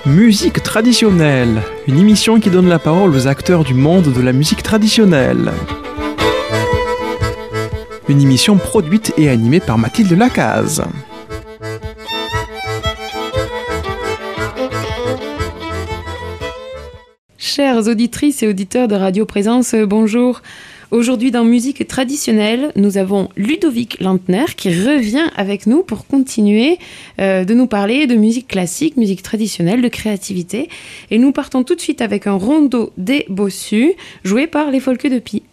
Musique traditionnelle, une émission qui donne la parole aux acteurs du monde de la musique traditionnelle. Une émission produite et animée par Mathilde Lacaze. Chères auditrices et auditeurs de Radio Présence, bonjour. Aujourd'hui dans Musique traditionnelle, nous avons Ludovic Lantner qui revient avec nous pour continuer de nous parler de musique classique, musique traditionnelle, de créativité. Et nous partons tout de suite avec un rondo des Bossus joué par les Folkes de Pie.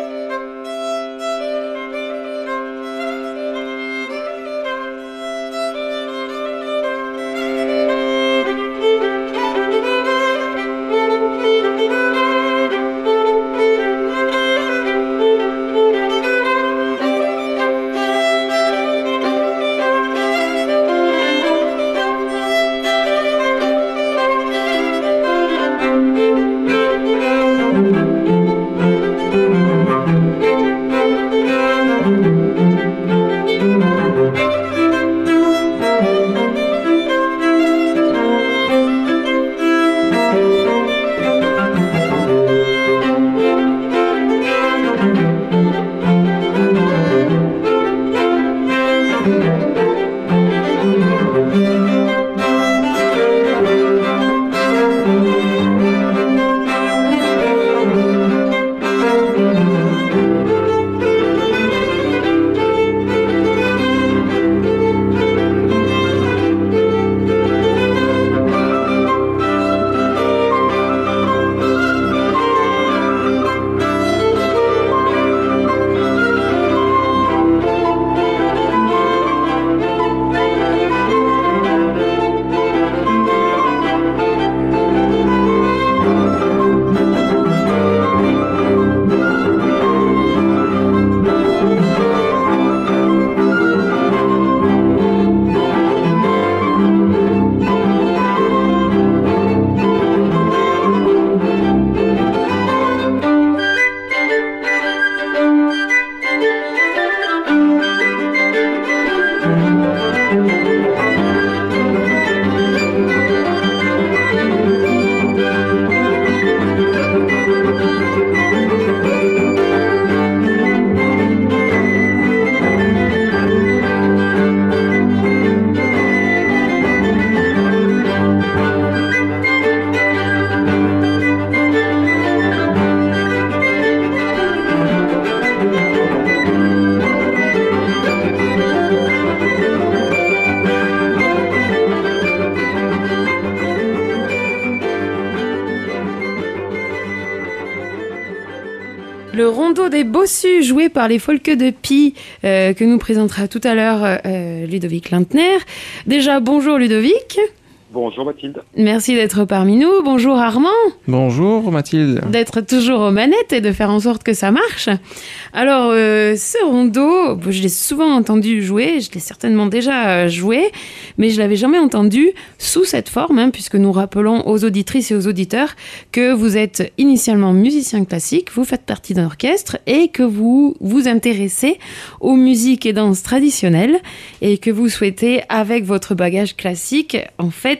Le rondo des Bossus joué par les Folkes de Pie que nous présentera tout à l'heure Ludovic Lantner. Déjà, bonjour Ludovic. Bonjour Mathilde. Merci d'être parmi nous. Bonjour Armand. Bonjour Mathilde. D'être toujours aux manettes et de faire en sorte que ça marche. Alors, ce rondo, je l'ai souvent entendu jouer, je l'ai certainement déjà joué, mais je l'avais jamais entendu sous cette forme, puisque nous rappelons aux auditrices et aux auditeurs que vous êtes initialement musicien classique, vous faites partie d'un orchestre et que vous vous intéressez aux musiques et danses traditionnelles et que vous souhaitez, avec votre bagage classique, en fait,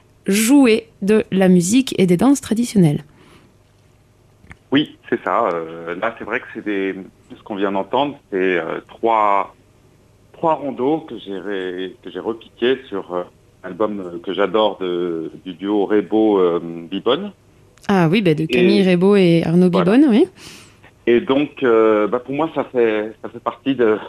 jouer de la musique et des danses traditionnelles. Oui, c'est ça. Là, c'est vrai que ce qu'on vient d'entendre, c'est trois rondos que j'ai repiqués sur un album que j'adore du duo Raybaud-Bibonne. Ah oui, de Camille Raybaud et Arnaud Bibonne, voilà. Oui. Et donc, pour moi, ça fait partie de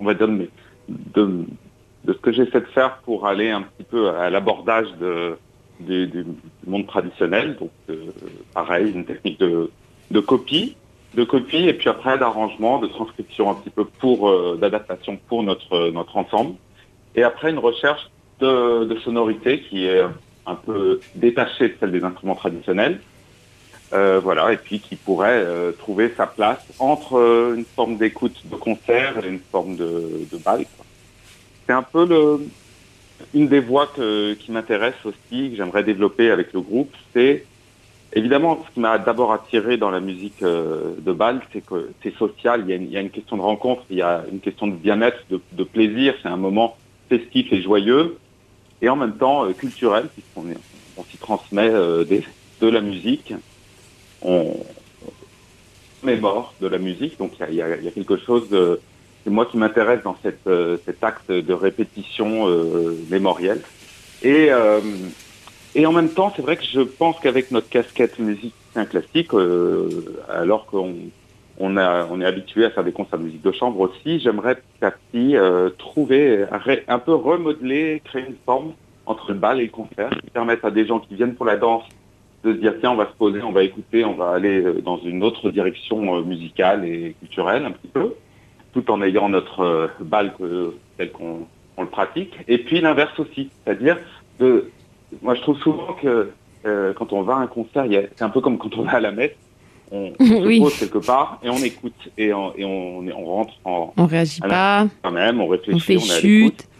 ce que j'essaie de faire pour aller un petit peu à l'abordage du monde traditionnel. Donc, pareil, une technique de copie, et puis après d'arrangement, de transcription un petit peu d'adaptation pour notre ensemble. Et après, une recherche de sonorité qui est un peu détachée de celle des instruments traditionnels. Et puis qui pourrait trouver sa place entre une forme d'écoute de concert et une forme de bal, quoi. C'est un peu une des voies qui m'intéresse aussi, que j'aimerais développer avec le groupe. C'est évidemment ce qui m'a d'abord attiré dans la musique de bal, c'est que c'est social. Il y a une question de rencontre, il y a une question de bien-être, de plaisir. C'est un moment festif et joyeux, et en même temps culturel, puisqu'on on s'y transmet de la musique, on mémore de la musique, donc il y a quelque chose c'est moi qui m'intéresse dans cet acte de répétition mémorielle. Et en même temps, c'est vrai que je pense qu'avec notre casquette musicien classique, alors on est habitué à faire des concerts de musique de chambre aussi, j'aimerais petit à petit trouver, un peu remodeler, créer une forme entre le bal et le concert qui permettent à des gens qui viennent pour la danse de se dire tiens, on va se poser, on va écouter, on va aller dans une autre direction musicale et culturelle un petit peu, tout en ayant notre bal tel qu'on le pratique. Et puis l'inverse aussi, c'est-à-dire moi je trouve souvent que quand on va à un concert, c'est un peu comme quand on va à la messe, on se pose quelque part et on écoute et on rentre on réagit pas, quand même, on réfléchit, on fait on est à chute. l'écoute.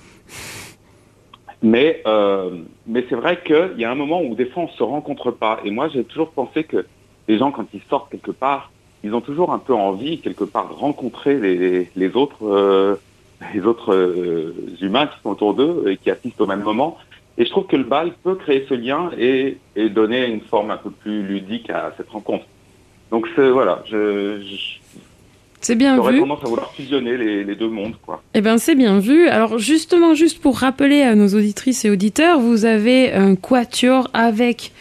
Mais c'est vrai qu'il y a un moment où des fois on se rencontre pas. Et moi j'ai toujours pensé que les gens quand ils sortent quelque part, ils ont toujours un peu envie quelque part de rencontrer les autres humains qui sont autour d'eux et qui assistent au même moment. Et je trouve que le bal peut créer ce lien et donner une forme un peu plus ludique à cette rencontre. Donc voilà, c'est bien j'aurais vu. tendance à vouloir fusionner les deux mondes, quoi. Eh bien, c'est bien vu. Alors, justement, juste pour rappeler à nos auditrices et auditeurs, vous avez un quatuor avec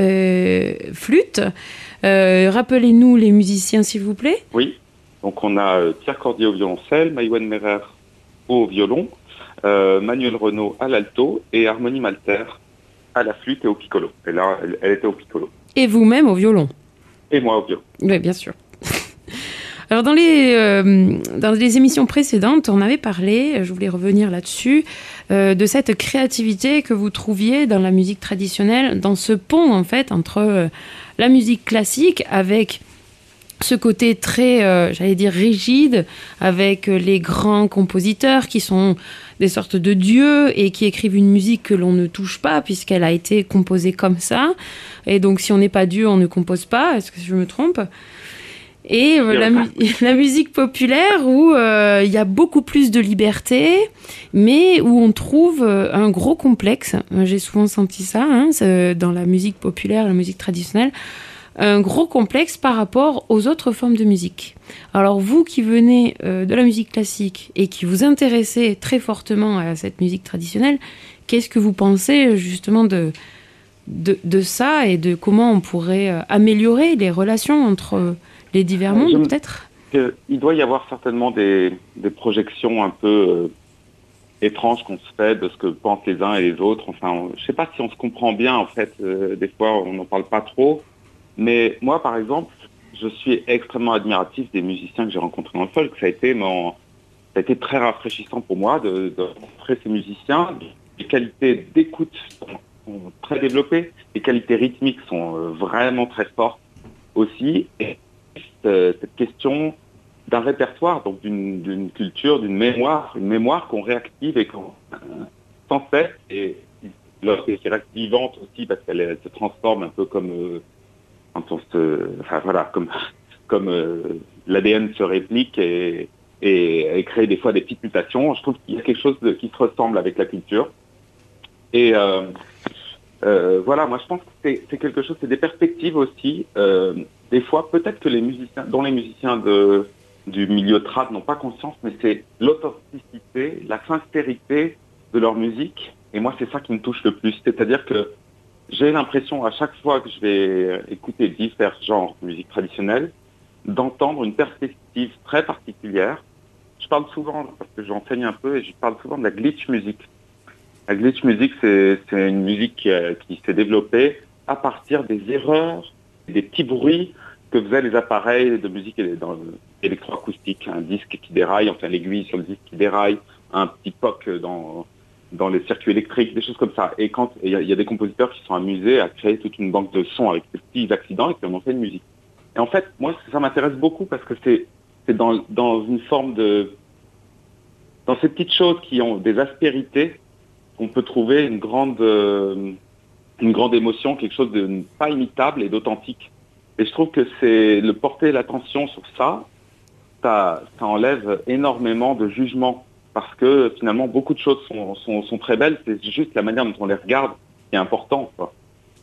flûte. Rappelez-nous les musiciens, s'il vous plaît. Oui, donc on a Pierre Cordier au violoncelle, Maïwenn Merer au violon, Manuel Renaud à l'alto et Harmonie Malter à la flûte et au piccolo. Et là, elle était au piccolo. Et vous-même au violon. Et moi au violon. Oui, bien sûr. Alors dans les émissions précédentes, on avait parlé, je voulais revenir là-dessus, de cette créativité que vous trouviez dans la musique traditionnelle, dans ce pont en fait entre la musique classique avec ce côté très, j'allais dire, rigide, avec les grands compositeurs qui sont des sortes de dieux et qui écrivent une musique que l'on ne touche pas puisqu'elle a été composée comme ça. Et donc si on n'est pas dieu, on ne compose pas. Est-ce que je me trompe ? Et la musique populaire où il y a beaucoup plus de liberté, mais où on trouve un gros complexe. J'ai souvent senti ça dans la musique populaire, la musique traditionnelle, un gros complexe par rapport aux autres formes de musique. Alors vous qui venez de la musique classique et qui vous intéressez très fortement à cette musique traditionnelle, qu'est-ce que vous pensez justement de ça et de comment on pourrait améliorer les relations entre les divers mondes, peut-être ? Il doit y avoir certainement des projections un peu étranges qu'on se fait de ce que pensent les uns et les autres. Enfin, je ne sais pas si on se comprend bien, en fait. Des fois, on n'en parle pas trop. Mais moi, par exemple, je suis extrêmement admiratif des musiciens que j'ai rencontrés dans le folk. Ça a été très rafraîchissant pour moi de rencontrer ces musiciens. Les qualités d'écoute sont très développées. Les qualités rythmiques sont vraiment très fortes aussi. Et cette question d'un répertoire, donc d'une culture, d'une mémoire, une mémoire qu'on réactive et qu'on sans cesse, et qui reste vivante aussi parce qu'elle se transforme un peu comme quand comme l'ADN se réplique et crée des fois des petites mutations. Je trouve qu'il y a quelque chose qui se ressemble avec la culture. Et voilà, moi je pense que c'est quelque chose, c'est des perspectives aussi. Des fois, peut-être que les musiciens du milieu trad n'ont pas conscience, mais c'est l'authenticité, la sincérité de leur musique. Et moi, c'est ça qui me touche le plus. C'est-à-dire que j'ai l'impression, à chaque fois que je vais écouter divers genres de musique traditionnelle, d'entendre une perspective très particulière. Je parle souvent, parce que j'enseigne un peu, et je parle souvent de la glitch music. La glitch music, c'est une musique qui s'est développée à partir des erreurs, des petits bruits que faisaient les appareils de musique électroacoustique. Un disque qui déraille, enfin l'aiguille sur le disque qui déraille, un petit poc dans les circuits électriques, des choses comme ça. Et quand il y a des compositeurs qui sont amusés à créer toute une banque de sons avec ces petits accidents et qui en ont fait une musique. Et en fait, moi, ça m'intéresse beaucoup parce que c'est dans une forme dans ces petites choses qui ont des aspérités qu'on peut trouver une grande émotion, quelque chose de pas imitable et d'authentique. Et je trouve que c'est le porter l'attention sur ça enlève énormément de jugement. Parce que finalement, beaucoup de choses sont très belles, c'est juste la manière dont on les regarde qui est important, quoi.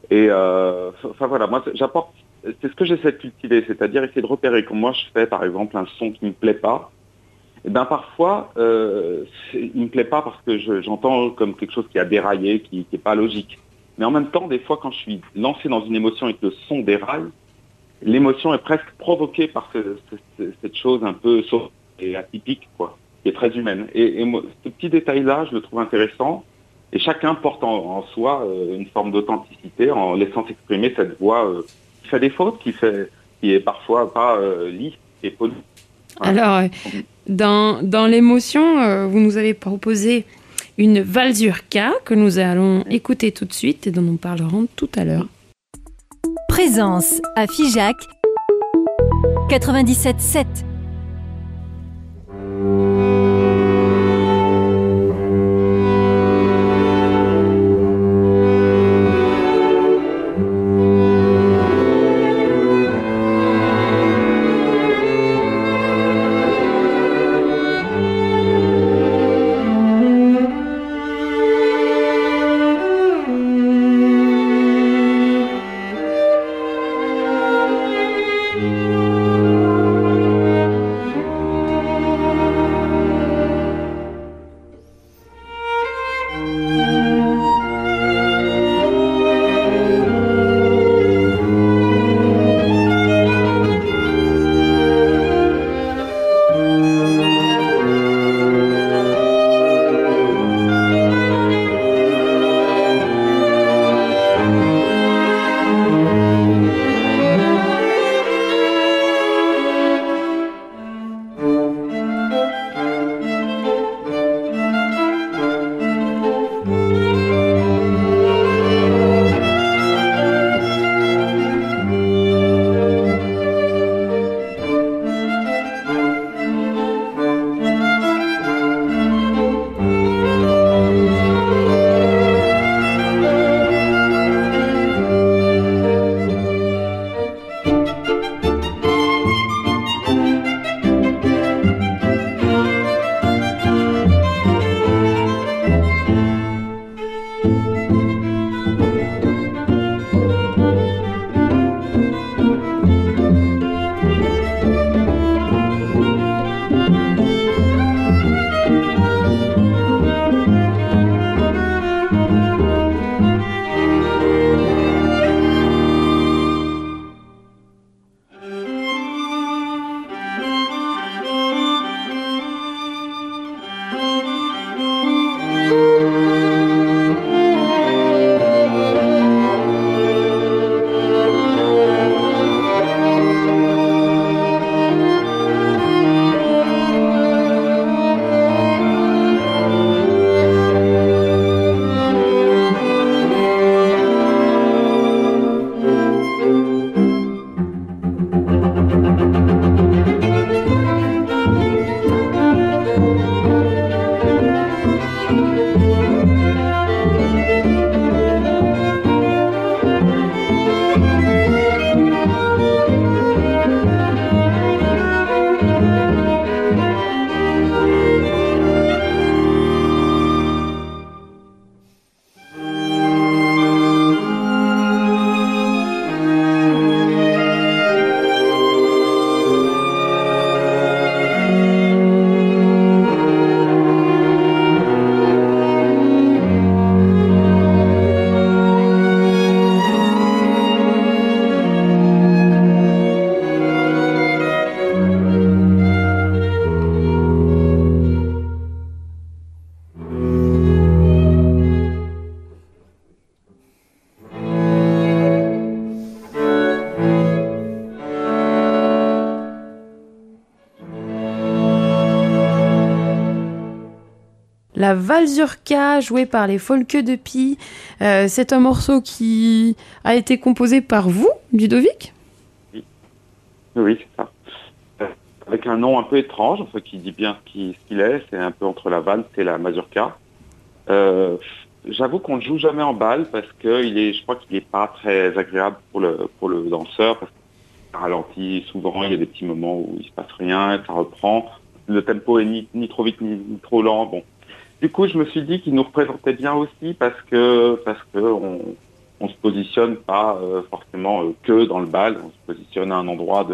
Et enfin voilà, moi j'apporte, c'est ce que j'essaie de cultiver, c'est-à-dire essayer de repérer. Quand moi je fais par exemple un son qui me plaît pas, et ben parfois il me plaît pas parce que j'entends comme quelque chose qui a déraillé, qui est pas logique. Mais en même temps, des fois quand je suis lancé dans une émotion et que le son déraille, l'émotion est presque provoquée par cette chose un peu sauvage et atypique, quoi, qui est très humaine. Et moi, ce petit détail-là, je le trouve intéressant. Et chacun porte en soi une forme d'authenticité en laissant s'exprimer cette voix qui fait des fautes, qui est parfois pas lisse et polie. Voilà. Alors, dans l'émotion, vous nous avez proposé une valsurka que nous allons écouter tout de suite et dont nous parlerons tout à l'heure. Présence à Figeac 97.7. La valsurka jouée par les Folkeux de Pie, c'est un morceau qui a été composé par vous, Ludovic ? Oui, c'est ça. Avec un nom un peu étrange, enfin, qui dit bien ce qu'il est, c'est un peu entre la valse et la mazurka. J'avoue qu'on ne joue jamais en bal parce que je crois qu'il n'est pas très agréable pour le danseur, parce qu'il ralentit souvent, il y a des petits moments où il se passe rien, ça reprend. Le tempo est ni trop vite ni trop lent. Bon. Du coup, je me suis dit qu'il nous représentait bien aussi parce que on se positionne pas forcément que dans le bal, on se positionne à un endroit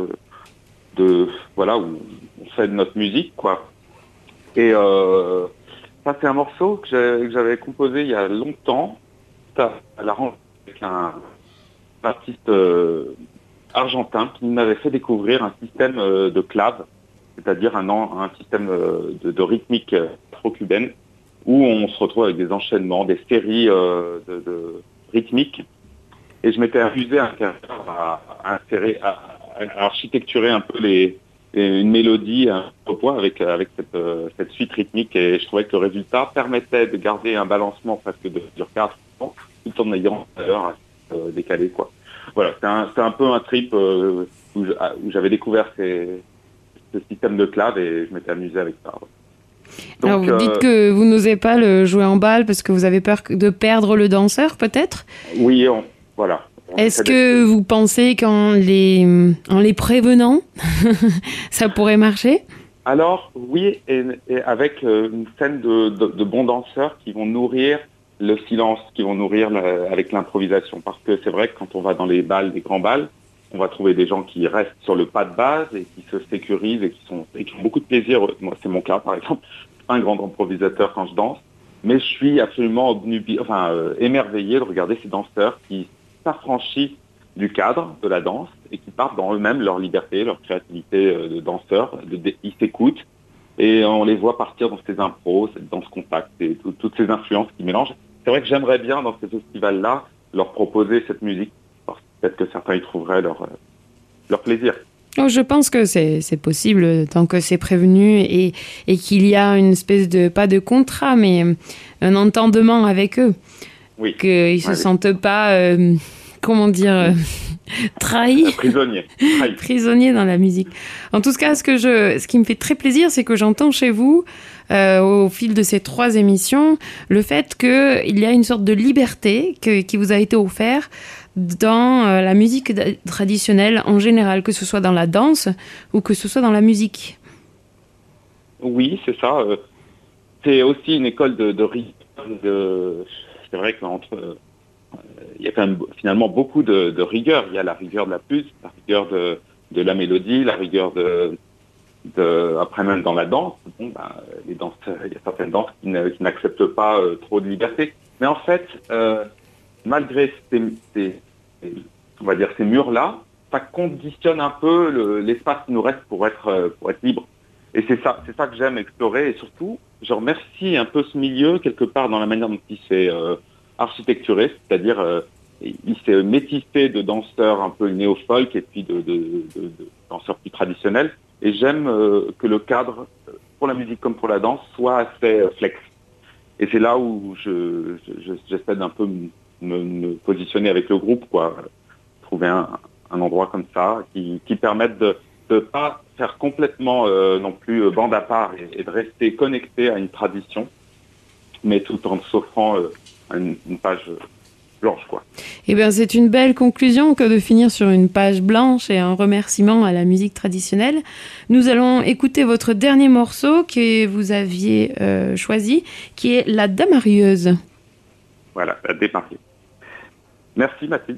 voilà, où on fait de notre musique, quoi. Et ça, c'est un morceau que j'avais composé il y a longtemps, à la rencontre avec un artiste argentin qui m'avait fait découvrir un système de clave, c'est-à-dire un système de rythmique afro-cubaine, où on se retrouve avec des enchaînements, des séries de rythmiques. Et je m'étais amusé à architecturer un peu une mélodie au point avec cette suite rythmique, et je trouvais que le résultat permettait de garder un balancement presque de 4 temps, tout en ayant une valeur décalée, quoi. Voilà, c'est un peu un trip où j'avais découvert ce système de clave et je m'étais amusé avec ça. Ouais. Donc, alors vous dites que vous n'osez pas le jouer en bal parce que vous avez peur de perdre le danseur, peut-être? Oui, voilà. Est-ce que vous pensez qu'en les prévenant, ça pourrait marcher? Alors, oui, et avec une scène de bons danseurs qui vont nourrir le silence, qui vont nourrir avec l'improvisation. Parce que c'est vrai que quand on va dans les bals, des grands bals, on va trouver des gens qui restent sur le pas de base et qui se sécurisent et qui ont beaucoup de plaisir. Moi, c'est mon cas, par exemple. Je suis pas un grand improvisateur quand je danse, mais je suis absolument émerveillé de regarder ces danseurs qui s'affranchissent du cadre de la danse et qui partent dans eux-mêmes leur liberté, leur créativité de danseurs. Ils s'écoutent et on les voit partir dans ces impros, dans ce contact et toutes ces influences qui mélangent. C'est vrai que j'aimerais bien, dans ces festivals-là, leur proposer cette musique. Peut-être que certains y trouveraient leur plaisir. Oh, je pense que c'est possible tant que c'est prévenu et qu'il y a une espèce de, pas de contrat, mais un entendement avec eux. Oui. Qu'ils ne se sentent pas, trahis. Prisonniers dans la musique. En tout cas, ce qui me fait très plaisir, c'est que j'entends chez vous, au fil de ces 3 émissions, le fait qu'il y a une sorte de liberté qui vous a été offerte dans la musique traditionnelle en général, que ce soit dans la danse ou que ce soit dans la musique. Oui, c'est ça. C'est aussi une école de rigueur. C'est vrai qu'entre... il y a quand même finalement beaucoup de rigueur. Il y a la rigueur de la pulse, la rigueur de la mélodie, la rigueur après même dans la danse. Les danses, il y a certaines danses qui n'acceptent pas trop de liberté. Mais en fait, malgré on va dire ces murs-là, ça conditionne un peu l'espace qui nous reste pour être libre. Et c'est ça que j'aime explorer. Et surtout, je remercie un peu ce milieu quelque part dans la manière dont il s'est architecturé, c'est-à-dire il s'est métissé de danseurs un peu néo-folk et puis de danseurs plus traditionnels. Et j'aime que le cadre, pour la musique comme pour la danse, soit assez flex. Et c'est là où j'essaie d'un peu me positionner avec le groupe, quoi. Trouver un endroit comme ça qui permette de pas faire complètement non plus bande à part et de rester connecté à une tradition, mais tout en s'offrant une page blanche, quoi. Eh bien, c'est une belle conclusion que de finir sur une page blanche et un remerciement à la musique traditionnelle. Nous allons écouter votre dernier morceau que vous aviez choisi, qui est La Damarieuse. Voilà, La Damarieuse. Merci Mathilde.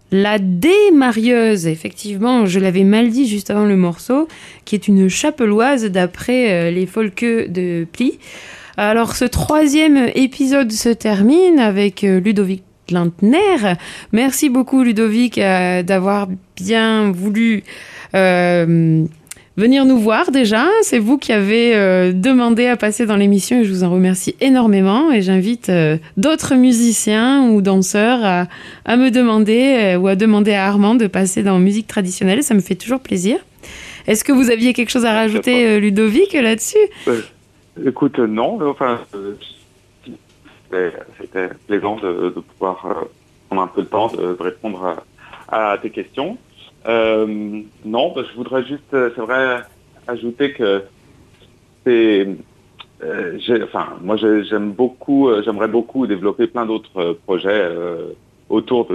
La démarieuse, effectivement, je l'avais mal dit juste avant le morceau, qui est une chapelloise d'après les Folkeux de Plie. Alors, ce 3e épisode se termine avec Ludovic Lantner. Merci beaucoup, Ludovic, d'avoir bien voulu venir nous voir déjà. C'est vous qui avez demandé à passer dans l'émission et je vous en remercie énormément. Et j'invite d'autres musiciens ou danseurs à me demander ou à demander à Armand de passer dans musique traditionnelle. Ça me fait toujours plaisir. Est-ce que vous aviez quelque chose à rajouter, Ludovic, là-dessus ? Écoute, non. Enfin, c'était plaisant de pouvoir prendre un peu le temps de répondre à tes questions. Non, je voudrais juste, c'est vrai, ajouter que moi j'aimerais beaucoup développer plein d'autres projets autour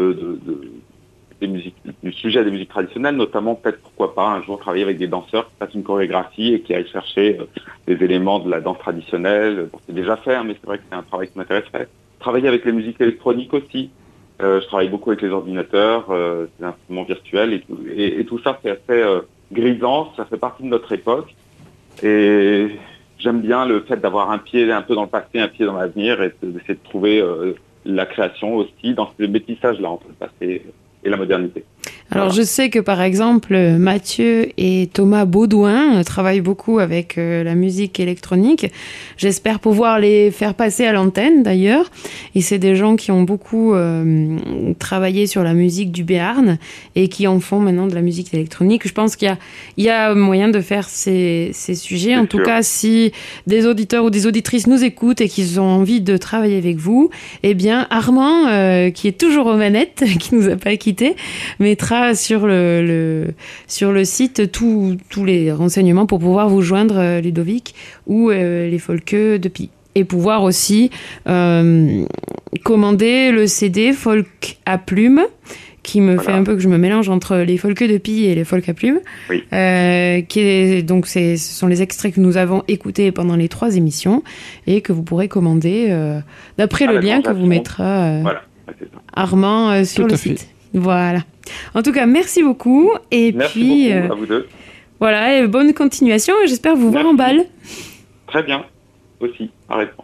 du sujet des musiques traditionnelles, notamment peut-être pourquoi pas un jour travailler avec des danseurs qui fassent une chorégraphie et qui aillent chercher des éléments de la danse traditionnelle. Bon, c'est déjà fait, mais c'est vrai que c'est un travail qui m'intéresserait. Travailler avec les musiques électroniques aussi. Je travaille beaucoup avec les ordinateurs, des instruments virtuels et tout ça, c'est assez grisant, ça fait partie de notre époque. Et j'aime bien le fait d'avoir un pied un peu dans le passé, un pied dans l'avenir et d'essayer de trouver la création aussi dans ce métissage-là entre le passé et la modernité. Alors, je sais que, par exemple, Mathieu et Thomas Baudouin travaillent beaucoup avec la musique électronique. J'espère pouvoir les faire passer à l'antenne, d'ailleurs. Et c'est des gens qui ont beaucoup travaillé sur la musique du Béarn et qui en font maintenant de la musique électronique. Je pense qu'il y a moyen de faire ces sujets. En tout cas, si des auditeurs ou des auditrices nous écoutent et qu'ils ont envie de travailler avec vous, eh bien, Armand, qui est toujours aux manettes, qui nous a pas quittés, mettra sur le site tous les renseignements pour pouvoir vous joindre, Ludovic, ou les Folkeux de Plie. Et pouvoir aussi commander le CD Folk à plume, qui me fait un peu que je me mélange entre les Folkeux de Plie et les Folk à plume. Oui. Ce sont les extraits que nous avons écoutés pendant les 3 émissions et que vous pourrez commander d'après le lien que vous mettra Armand sur le site. Voilà. En tout cas, merci beaucoup. Et merci beaucoup à vous deux. Voilà, et bonne continuation. Et j'espère vous voir en balle. Très bien. Aussi, pareillement.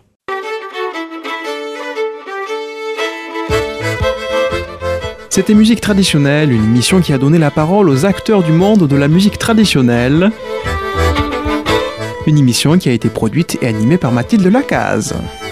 C'était Musique traditionnelle, une émission qui a donné la parole aux acteurs du monde de la musique traditionnelle. Une émission qui a été produite et animée par Mathilde Lacaze.